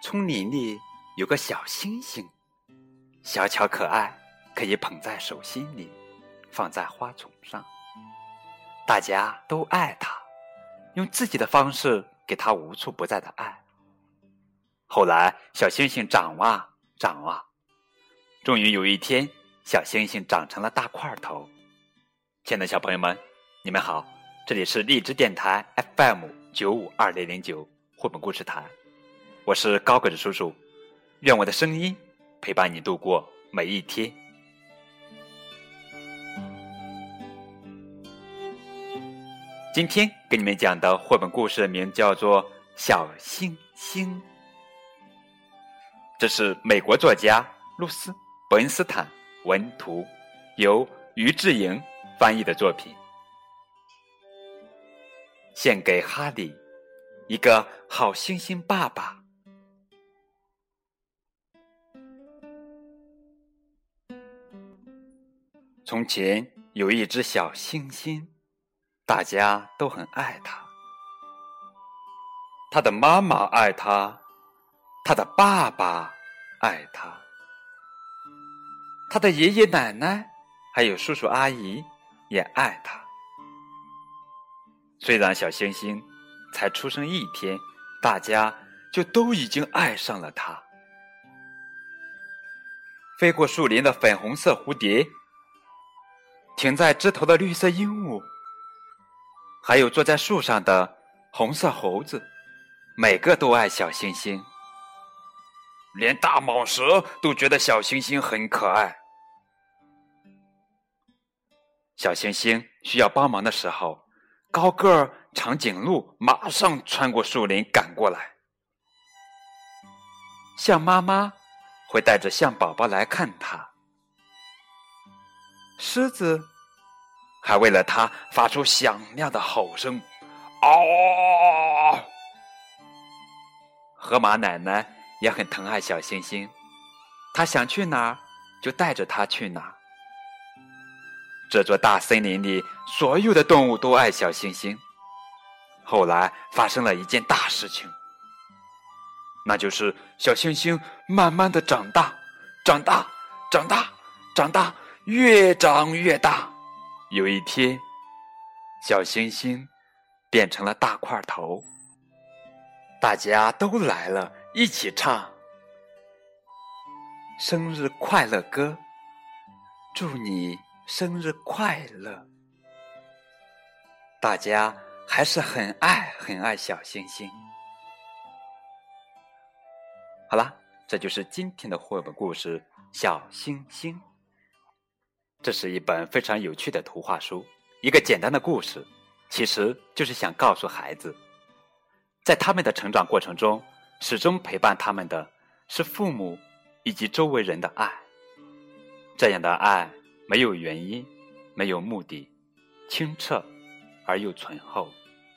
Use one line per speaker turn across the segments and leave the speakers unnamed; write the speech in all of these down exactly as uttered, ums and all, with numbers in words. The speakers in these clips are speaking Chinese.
丛林里有个小星星，小巧可爱，可以捧在手心里，放在花丛上。大家都爱它，用自己的方式给它无处不在的爱。后来小星星长啊长啊，终于有一天，小星星长成了大块头。亲爱的小朋友们，你们好，这里是荔枝电台 F M 九五二零零九绘本故事台，我是高个子叔叔，愿我的声音陪伴你度过每一天。今天给你们讲的绘本故事名叫做《小星星》，这是美国作家露丝·伯恩斯坦文图，由于志莹翻译的作品。献给哈利，一个好星星爸爸。从前有一只小星星，大家都很爱它。他的妈妈爱他，他的爸爸爱他，他的爷爷奶奶还有叔叔阿姨也爱他。虽然小星星才出生一天，大家就都已经爱上了他。飞过树林的粉红色蝴蝶，停在枝头的绿色鹦鹉，还有坐在树上的红色猴子，每个都爱小星星。连大蟒蛇都觉得小星星很可爱。小星星需要帮忙的时候，高个儿长颈鹿马上穿过树林赶过来。象妈妈会带着象宝宝来看它，狮子还为了它发出响亮的吼声，嗷！河马奶奶也很疼爱小星星，她想去哪儿就带着它去哪儿。这座大森林里所有的动物都爱小星星。后来发生了一件大事情，那就是小星星慢慢的长大，长大，长大，长大，越长越大。有一天，小星星变成了大块头，大家都来了，一起唱生日快乐歌，祝你生日快乐。大家还是很爱很爱小星星。好啦，这就是今天的绘本故事《小星星》。这是一本非常有趣的图画书，一个简单的故事，其实就是想告诉孩子，在他们的成长过程中，始终陪伴他们的是父母以及周围人的爱。这样的爱没有原因，没有目的，清澈而又醇厚。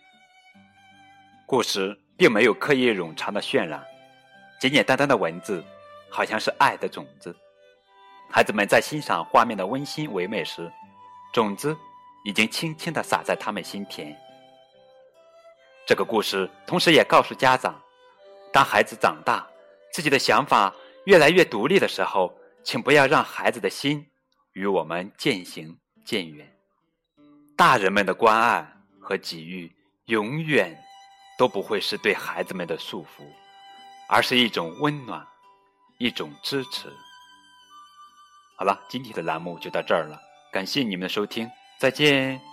故事并没有刻意冗长的渲染，简简单单的文字好像是爱的种子。孩子们在欣赏画面的温馨唯美时，种子已经轻轻地撒在他们心田。这个故事同时也告诉家长，当孩子长大，自己的想法越来越独立的时候，请不要让孩子的心与我们渐行渐远。大人们的关爱和给予永远都不会是对孩子们的束缚，而是一种温暖，一种支持。好了，今天的栏目就到这儿了，感谢你们的收听，再见。